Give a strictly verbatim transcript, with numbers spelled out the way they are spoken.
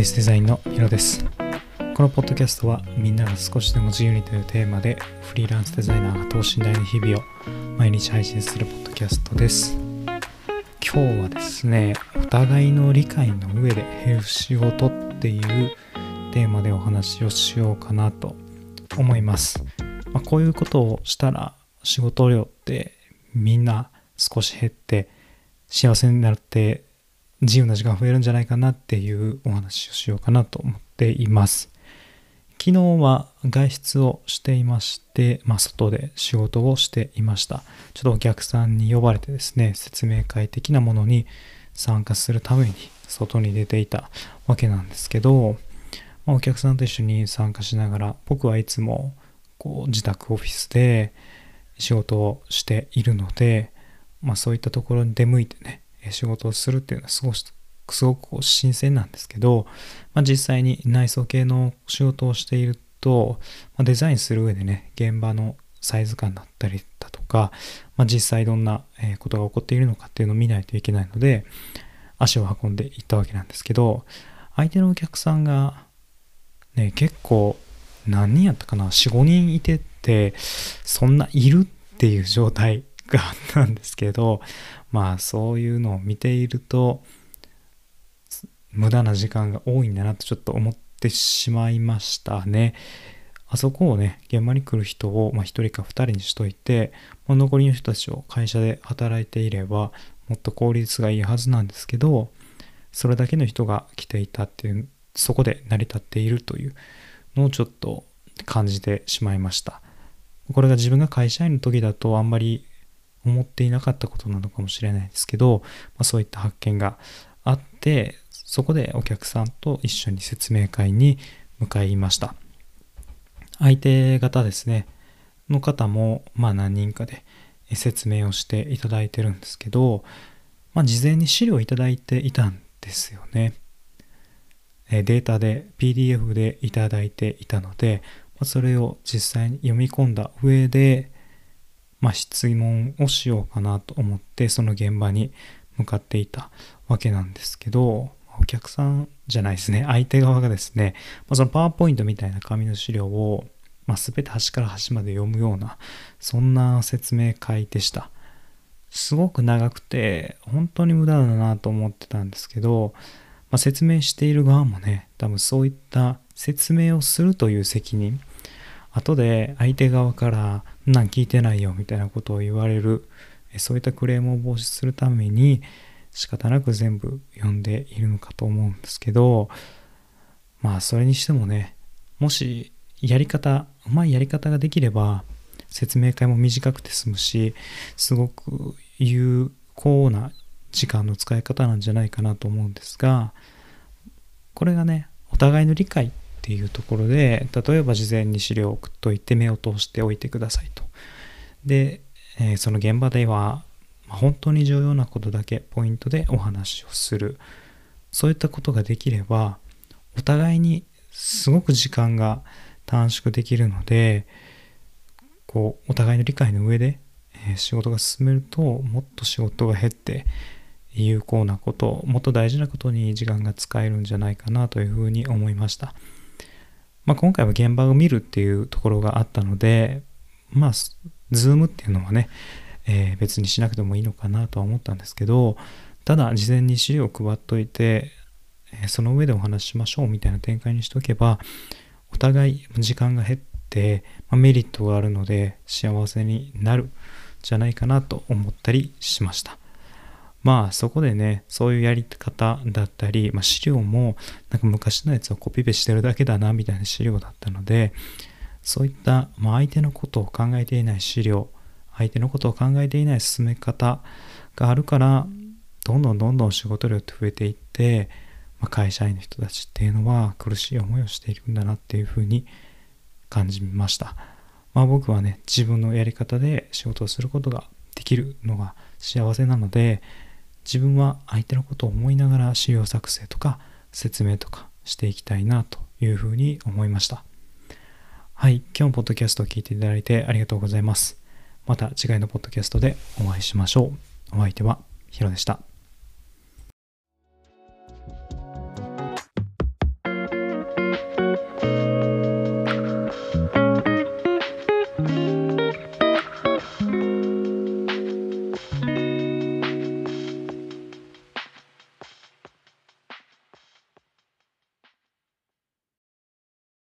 スデザインのヒロです。このポッドキャストはみんなが少しでも自由にというテーマでフリーランスデザイナーが等身大の日々を毎日配信するポッドキャストです。今日はですね、お互いの理解の上で減る仕事っていうテーマでお話をしようかなと思います。まあ、こういうことをしたら仕事量ってみんな少し減って幸せになって自由な時間増えるんじゃないかなっていうお話をしようかなと思っています。昨日は外出をしていまして、まあ、外で仕事をしていました。ちょっとお客さんに呼ばれてですね、説明会的なものに参加するために外に出ていたわけなんですけど、まあ、お客さんと一緒に参加しながら、僕はいつもこう自宅オフィスで仕事をしているので、まあ、そういったところに出向いてね、仕事をするっていうのはすごくすごく新鮮なんですけど、まあ、実際に内装系の仕事をしていると、まあ、デザインする上でね、現場のサイズ感だったりだとか、まあ、実際どんなことが起こっているのかっていうのを見ないといけないので、足を運んでいったわけなんですけど、相手のお客さんがね、結構何人やったかな、よん、ごにんいてって、そんないるっていう状態があったんですけど、まあそういうのを見ていると無駄な時間が多いんだなとちょっと思ってしまいましたね。あそこをね、現場に来る人をまあひとりかふたりにしといて、もう残りの人たちを会社で働いていればもっと効率がいいはずなんですけど、それだけの人が来ていたっていう、そこで成り立っているというのをちょっと感じてしまいました。これが自分が会社員の時だとあんまり思っていなかったことなのかもしれないですけど、まあ、そういった発見があって、そこでお客さんと一緒に説明会に向かいました。相手方ですねの方もまあ何人かで説明をしていただいてるんですけど、まあ、事前に資料をいただいていたんですよね。データで ピーディーエフ でいただいていたので、それを実際に読み込んだ上でまあ、質問をしようかなと思ってその現場に向かっていたわけなんですけど、お客さんじゃないですね、相手側がですね、まあ、そのパワーポイントみたいな紙の資料を、まあ、全て端から端まで読むようなそんな説明会でした。すごく長くて本当に無駄だなと思ってたんですけど、まあ、説明している側もね、多分そういった説明をするという責任、後で相手側からなん聞いてないよみたいなことを言われる、そういったクレームを防止するために仕方なく全部読んでいるのかと思うんですけど、まあそれにしてもね、もしやり方うまいやり方ができれば説明会も短くて済むし、すごく有効な時間の使い方なんじゃないかなと思うんですが、これがね、お互いの理解っていうところで、例えば事前に資料を送っといて目を通しておいてくださいと。で、えー、その現場では本当に重要なことだけポイントでお話をする。そういったことができればお互いにすごく時間が短縮できるので、こうお互いの理解の上で、えー、仕事が進めるともっと仕事が減って有効なこと、もっと大事なことに時間が使えるんじゃないかなというふうに思いました。まあ、今回は現場を見るっていうところがあったので、まあ、ズームっていうのはね、えー、別にしなくてもいいのかなとは思ったんですけど、ただ事前に資料を配っといて、えー、その上でお話ししましょうみたいな展開にしておけば、お互い時間が減って、まあ、メリットがあるので幸せになるんじゃないかなと思ったりしました。まあそこでね、そういうやり方だったり、まあ、資料もなんか昔のやつをコピペしてるだけだなみたいな資料だったので、そういった、まあ、相手のことを考えていない資料、相手のことを考えていない進め方があるから、どんどんどんどん仕事量って増えていって、まあ、会社員の人たちっていうのは苦しい思いをしていくんだなっていうふうに感じました。まあ僕はね、自分のやり方で仕事をすることができるのが幸せなので、自分は相手のことを思いながら資料作成とか説明とかしていきたいなというふうに思いました。はい、今日もポッドキャストを聞いていただいてありがとうございます。また次回のポッドキャストでお会いしましょう。お相手はヒロでした。